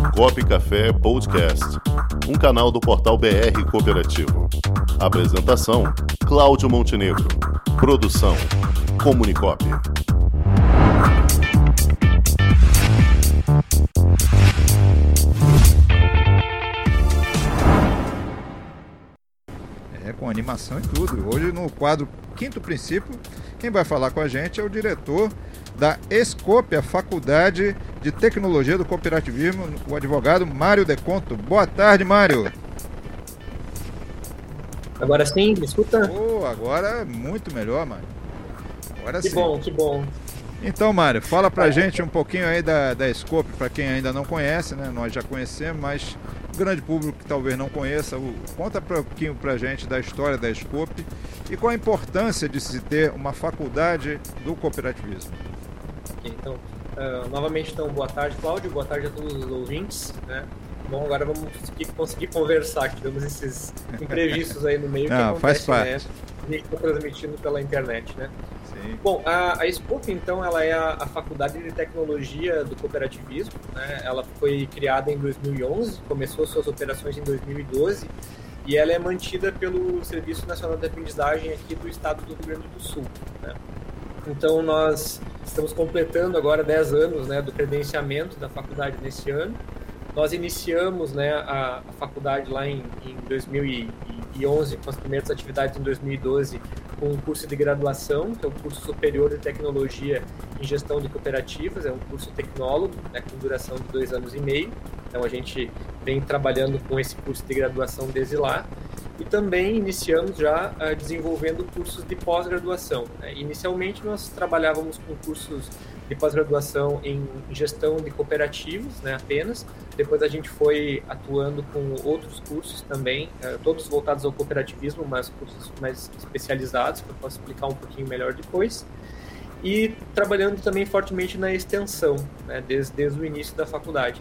Comunicop Café Podcast, um canal do portal BR Cooperativo. Apresentação: Cláudio Montenegro. Produção: Comunicop. Com animação e tudo. Hoje no quadro Quinto Princípio, quem vai falar com a gente é o diretor da Escope, a Faculdade de Tecnologia do Cooperativismo, o advogado Mário Deconto. Boa tarde, Mário. Agora sim, me escuta? Agora muito melhor, Mário. Agora sim. Que bom. Então, Mário, fala pra gente um pouquinho aí da Escope, para quem ainda não conhece, né? Nós já conhecemos, mas o grande público que talvez não conheça, conta um pouquinho pra gente da história da Escope e qual a importância de se ter uma faculdade do cooperativismo. Então, novamente, boa tarde, Cláudio, boa tarde a todos os ouvintes, né? Bom, agora vamos conseguir conversar, que tivemos esses imprevistos aí no meio que acontece, faz parte. Né? A gente está transmitindo pela internet, né? Sim. Bom, a Escope, então, ela é a Faculdade de Tecnologia do Cooperativismo, né? Ela foi criada em 2011, começou suas operações em 2012 e ela é mantida pelo Serviço Nacional de Aprendizagem aqui do estado do Rio Grande do Sul, né? Então, nós estamos completando agora 10 anos, né, do credenciamento da faculdade nesse ano. Nós iniciamos, né, a faculdade lá em 2011, com as primeiras atividades em 2012, com um curso de graduação, que é o curso superior de tecnologia em gestão de cooperativas, é um curso tecnólogo, né, com duração de 2 anos e meio. Então a gente vem trabalhando com esse curso de graduação desde lá. E também iniciamos já desenvolvendo cursos de pós-graduação, né? Inicialmente nós trabalhávamos com cursos de pós-graduação em gestão de cooperativas, né, apenas. Depois a gente foi atuando com outros cursos também, todos voltados ao cooperativismo, mas cursos mais especializados, que eu posso explicar um pouquinho melhor depois. E trabalhando também fortemente na extensão, né, desde o início da faculdade.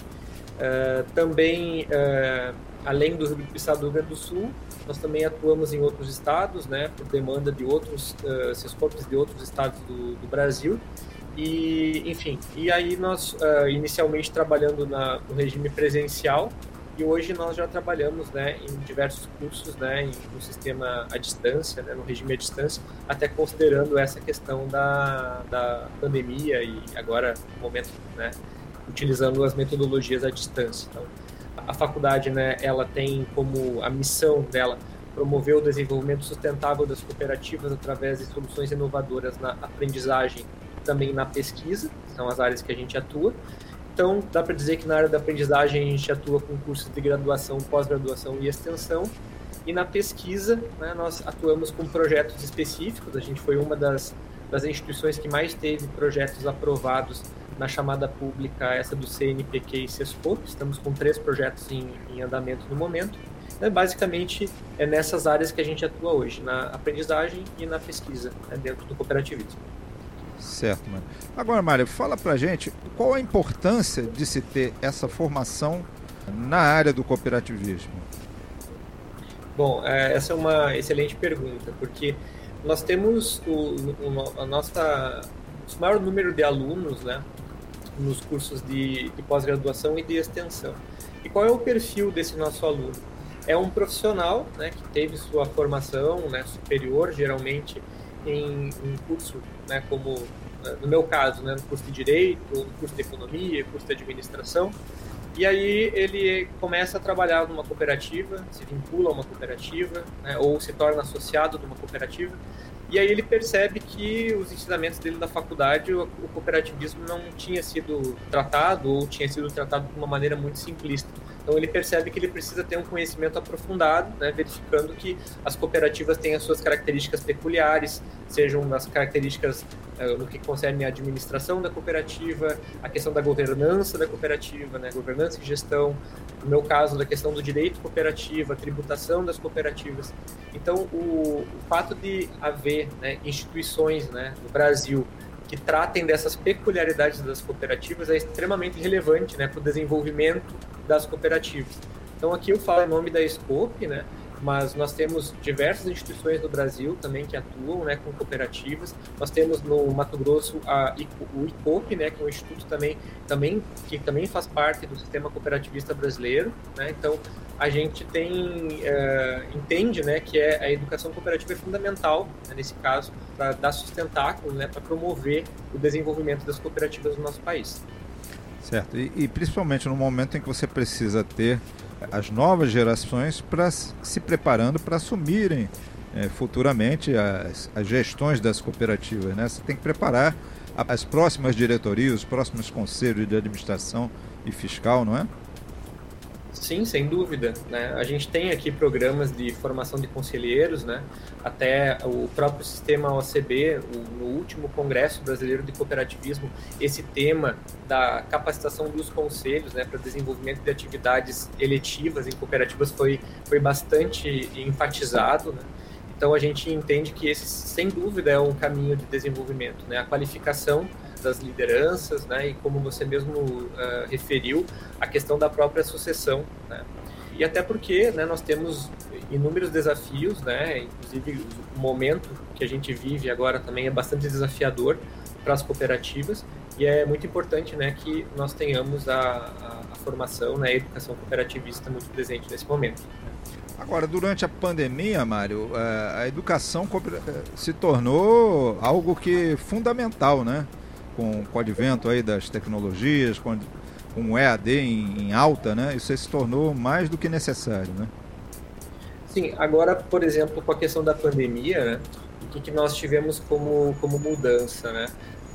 Também, além do estado do Rio Grande do Sul, nós também atuamos em outros estados, né, por demanda de outros CESCOPs de outros estados do Brasil. E, enfim, e aí nós inicialmente trabalhando no regime presencial e hoje nós já trabalhamos, né, em diversos cursos, né, no sistema à distância, né, no regime à distância, até considerando essa questão da pandemia e agora, no momento, né, utilizando as metodologias à distância. Então, a faculdade, né, ela tem como a missão dela promover o desenvolvimento sustentável das cooperativas através de soluções inovadoras na aprendizagem e também na pesquisa, são as áreas que a gente atua. Então, dá para dizer que na área da aprendizagem a gente atua com cursos de graduação, pós-graduação e extensão. E na pesquisa, né, nós atuamos com projetos específicos, a gente foi uma das instituições que mais teve projetos aprovados na chamada pública, essa do CNPq e CESCOP. Estamos com 3 projetos em andamento no momento. Basicamente, é nessas áreas que a gente atua hoje, na aprendizagem e na pesquisa, né, dentro do cooperativismo. Certo, Mário. Agora, Mário, fala pra gente qual a importância de se ter essa formação na área do cooperativismo. Bom, essa é uma excelente pergunta, porque nós temos o maior número de alunos, né, nos cursos de pós-graduação e de extensão. E qual é o perfil desse nosso aluno? É um profissional, né, que teve sua formação, né, superior, geralmente em curso, né, como no meu caso, né, no curso de Direito, no curso de Economia, curso de Administração. E aí ele começa a trabalhar numa cooperativa, se vincula a uma cooperativa, né, ou se torna associado de uma cooperativa. E aí ele percebe que os ensinamentos dele da faculdade, o cooperativismo não tinha sido tratado ou tinha sido tratado de uma maneira muito simplista. Então ele percebe que ele precisa ter um conhecimento aprofundado, né, verificando que as cooperativas têm as suas características peculiares, sejam as características no que concerne a administração da cooperativa, a questão da governança da cooperativa, né, governança e gestão, no meu caso, da questão do direito cooperativo, a tributação das cooperativas. Então, o fato de haver, né, instituições, né, no Brasil que tratem dessas peculiaridades das cooperativas é extremamente relevante, né, para o desenvolvimento das cooperativas. Então, aqui eu falo em nome da Escope, né, mas nós temos diversas instituições no Brasil também que atuam, né, com cooperativas. Nós temos no Mato Grosso o ICOP, né, que é um instituto que também faz parte do sistema cooperativista brasileiro, né? Então a gente entende, né, que a educação cooperativa é fundamental, né, nesse caso, para dar sustentáculo, né, para promover o desenvolvimento das cooperativas no nosso país. Certo, e principalmente no momento em que você precisa ter as novas gerações se preparando para assumirem futuramente as gestões das cooperativas, né? Você tem que preparar as próximas diretorias, os próximos conselhos de administração e fiscal, não é? Sim, sem dúvida, né? A gente tem aqui programas de formação de conselheiros, né? Até o próprio sistema OCB, no último Congresso Brasileiro de Cooperativismo, esse tema da capacitação dos conselhos, né, para desenvolvimento de atividades eletivas em cooperativas foi bastante enfatizado, né? Então a gente entende que esse, sem dúvida, é um caminho de desenvolvimento, né? A qualificação das lideranças, né, e como você mesmo referiu, a questão da própria sucessão, né? E até porque, né, nós temos inúmeros desafios, né, inclusive o momento que a gente vive agora também é bastante desafiador para as cooperativas, e é muito importante, né, que nós tenhamos a formação, né, a educação cooperativista muito presente nesse momento. Agora, durante a pandemia, Mário, a educação se tornou algo que fundamental, né? Com o advento aí das tecnologias, com o EAD em alta, né? Isso se tornou mais do que necessário, né? Sim, agora, por exemplo, com a questão da pandemia, né, o que nós tivemos como mudança, né?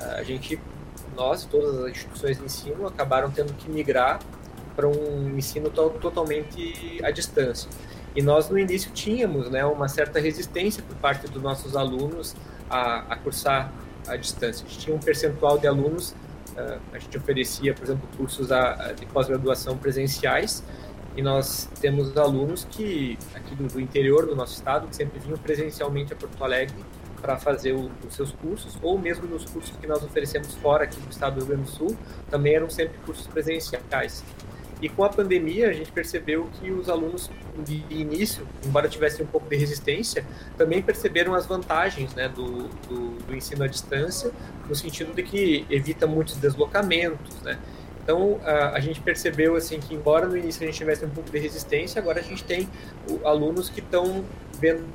Nós, todas as instituições de ensino, acabaram tendo que migrar para um ensino totalmente à distância. E nós, no início, tínhamos, né, uma certa resistência por parte dos nossos alunos a cursar à distância. A gente tinha um percentual de alunos, a gente oferecia, por exemplo, cursos de pós-graduação presenciais, e nós temos alunos aqui do interior do nosso estado, que sempre vinham presencialmente a Porto Alegre para fazer os seus cursos, ou mesmo nos cursos que nós oferecemos fora aqui do estado do Rio Grande do Sul, também eram sempre cursos presenciais. E com a pandemia, a gente percebeu que os alunos de início, embora tivessem um pouco de resistência, também perceberam as vantagens, né, do ensino à distância, no sentido de que evita muitos deslocamentos, né? Então, a gente percebeu assim, que, embora no início a gente tivesse um pouco de resistência, agora a gente tem alunos que estão vendo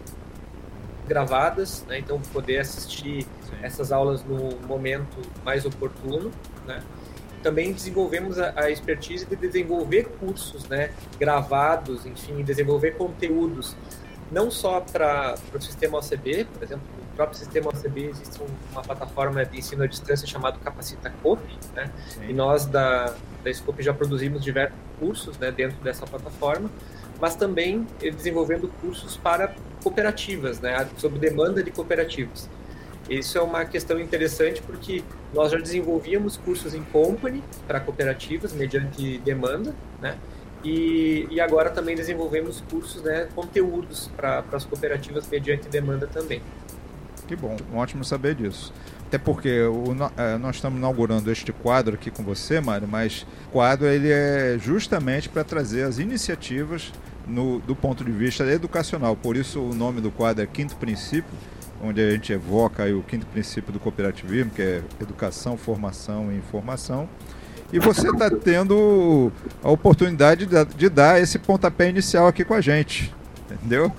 gravadas, né? Então, poder assistir essas aulas no momento mais oportuno, né? Também desenvolvemos a expertise de desenvolver cursos, né, gravados, enfim, desenvolver conteúdos, não só para o sistema OCB, por exemplo, no próprio sistema OCB existe uma plataforma de ensino à distância chamada Capacita Coop, né, e nós da Scope já produzimos diversos cursos, né, dentro dessa plataforma, mas também desenvolvendo cursos para cooperativas, né, sob demanda de cooperativas. Isso é uma questão interessante porque nós já desenvolvíamos cursos em company para cooperativas mediante demanda, né? E agora também desenvolvemos cursos, né, conteúdos para as cooperativas mediante demanda também. Que bom, ótimo saber disso. Até porque nós estamos inaugurando este quadro aqui com você, Mário, mas o quadro ele é justamente para trazer as iniciativas do ponto de vista educacional. Por isso o nome do quadro é Quinto Princípio, onde a gente evoca aí o quinto princípio do cooperativismo, que é educação, formação e informação. E você está tendo a oportunidade de dar esse pontapé inicial aqui com a gente, entendeu?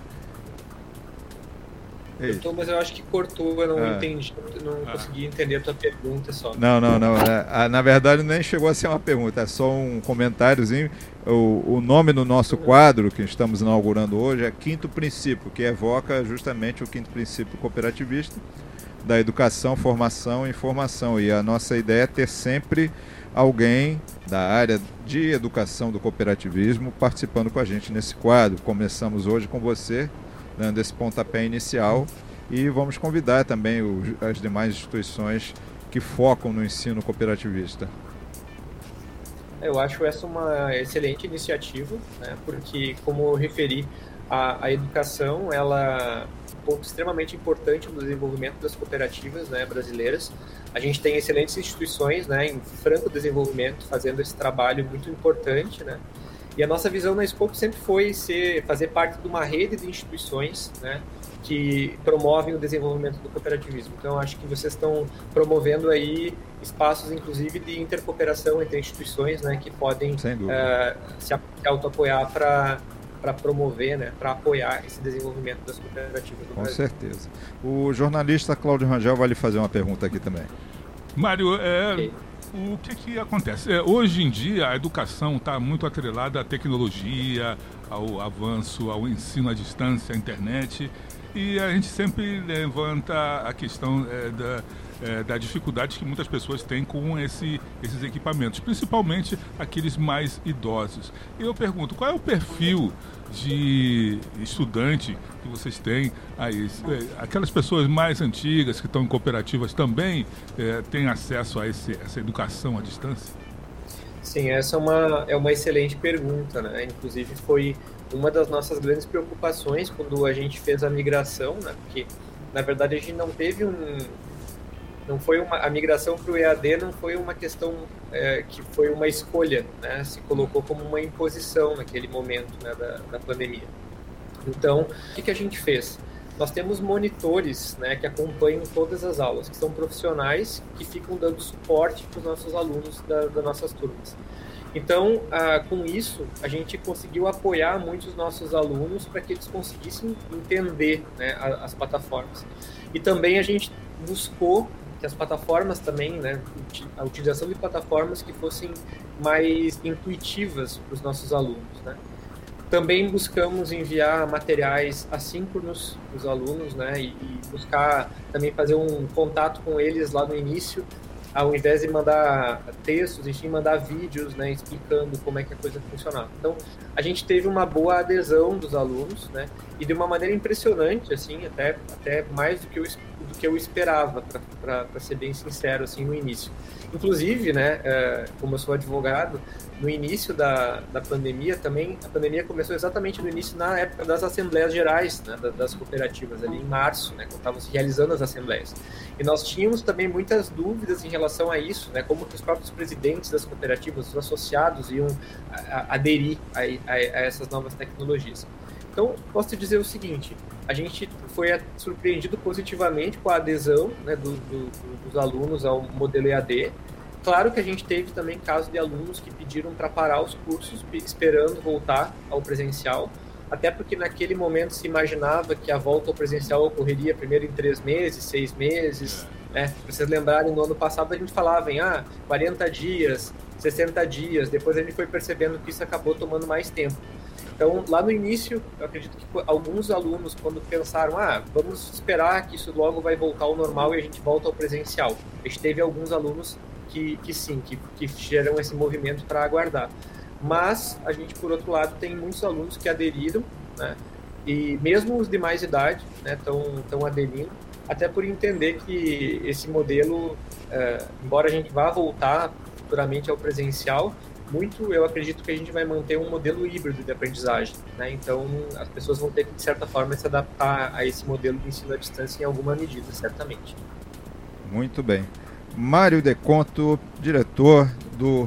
Mas eu acho que cortou, eu não entendi, não consegui entender a tua pergunta só. Não. Na verdade, nem chegou a ser uma pergunta, é só um comentáriozinho. O nome do nosso quadro, que estamos inaugurando hoje, é Quinto Princípio, que evoca justamente o quinto princípio cooperativista da educação, formação e informação. E a nossa ideia é ter sempre alguém da área de educação do cooperativismo participando com a gente nesse quadro. Começamos hoje com você, dando esse pontapé inicial, e vamos convidar também as demais instituições que focam no ensino cooperativista. Eu acho essa uma excelente iniciativa, né, porque, como eu referi, a educação ela é um ponto extremamente importante no desenvolvimento das cooperativas, né, brasileiras. A gente tem excelentes instituições, né, em franco desenvolvimento, fazendo esse trabalho muito importante, né? E a nossa visão na Scope sempre foi fazer parte de uma rede de instituições, né, que promovem o desenvolvimento do cooperativismo. Então, acho que vocês estão promovendo aí espaços, inclusive, de intercooperação entre instituições, né, que podem se auto-apoiar para promover, né, para apoiar esse desenvolvimento das cooperativas do Brasil. Com certeza. O jornalista Cláudio Rangel vai lhe fazer uma pergunta aqui também. Mário, Okay. O que acontece? Hoje em dia a educação está muito atrelada à tecnologia, ao avanço, ao ensino à distância, à internet, e a gente sempre levanta a questão da dificuldade que muitas pessoas têm com esses equipamentos, principalmente aqueles mais idosos. E eu pergunto, qual é o perfil de estudante que vocês têm aí? Aquelas pessoas mais antigas que estão em cooperativas também têm acesso a essa educação à distância? Sim, essa é uma excelente pergunta, né? Inclusive foi uma das nossas grandes preocupações quando a gente fez a migração, né? Porque, na verdade, a gente não teve a migração para o EAD não foi uma questão que foi uma escolha, né? Se colocou como uma imposição naquele momento, né, da pandemia. Então, o que a gente fez? Nós temos monitores, né, que acompanham todas as aulas, que são profissionais que ficam dando suporte para os nossos alunos das nossas turmas. Então, com isso, a gente conseguiu apoiar muitos nossos alunos para que eles conseguissem entender, né, as plataformas. E também a gente buscou que as plataformas também, né, a utilização de plataformas que fossem mais intuitivas para os nossos alunos, né. Também buscamos enviar materiais assíncronos para os alunos, né, e buscar também fazer um contato com eles lá no início, ao invés de mandar textos, a gente mandar vídeos, né, explicando como é que a coisa funcionava. Então, a gente teve uma boa adesão dos alunos, né, e de uma maneira impressionante, assim, até mais do que eu esperava, para ser bem sincero, assim, no início. Inclusive, né, como eu sou advogado, no início da pandemia também, a pandemia começou exatamente no início, na época das assembleias gerais, né, das cooperativas, ali em março, né, quando estavam se realizando as assembleias. E nós tínhamos também muitas dúvidas em relação a isso, né, como que os próprios presidentes das cooperativas, os associados, iam aderir a essas novas tecnologias. Então, posso te dizer o seguinte, a gente foi surpreendido positivamente com a adesão, né, dos alunos ao modelo EAD. Claro que a gente teve também casos de alunos que pediram para parar os cursos, esperando voltar ao presencial, até porque naquele momento se imaginava que a volta ao presencial ocorreria primeiro em 3 meses, 6 meses, né? Se vocês lembrarem, no ano passado a gente falava em 40 dias, 60 dias, depois a gente foi percebendo que isso acabou tomando mais tempo. Então, lá no início, eu acredito que alguns alunos, quando pensaram, vamos esperar que isso logo vai voltar ao normal e a gente volta ao presencial. A gente teve alguns alunos que fizeram esse movimento para aguardar. Mas a gente, por outro lado, tem muitos alunos que aderiram, né? E mesmo os de mais idade, né, estão aderindo, até por entender que esse modelo, embora a gente vá voltar futuramente ao presencial, eu acredito que a gente vai manter um modelo híbrido de aprendizagem, né? Então, as pessoas vão ter que, de certa forma, se adaptar a esse modelo de ensino à distância em alguma medida, certamente. Muito bem. Mário Deconto, diretor do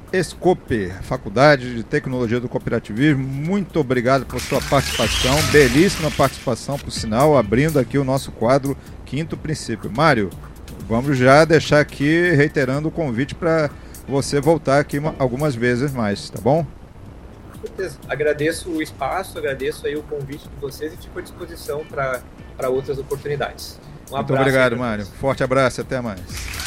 Scope, Faculdade de Tecnologia do Cooperativismo, muito obrigado por sua participação, belíssima participação, por sinal, abrindo aqui o nosso quadro Quinto Princípio. Mário, vamos já deixar aqui, reiterando o convite para você voltar aqui algumas vezes mais, tá bom? Com certeza. Agradeço o espaço, agradeço aí o convite de vocês e fico à disposição para outras oportunidades. Um abraço. Muito obrigado, Mário. Forte abraço e até mais.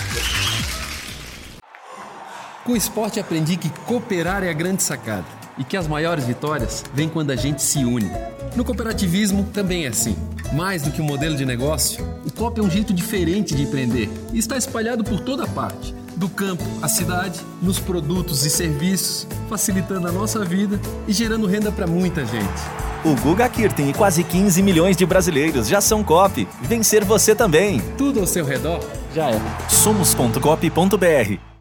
Com o esporte aprendi que cooperar é a grande sacada e que as maiores vitórias vêm quando a gente se une. No cooperativismo também é assim. Mais do que um modelo de negócio, o COP é um jeito diferente de empreender e está espalhado por toda parte, do campo à cidade, nos produtos e serviços, facilitando a nossa vida e gerando renda para muita gente. O Guga Kirten e quase 15 milhões de brasileiros já são COP. Vencer você também. Tudo ao seu redor já é. Somos.cop.br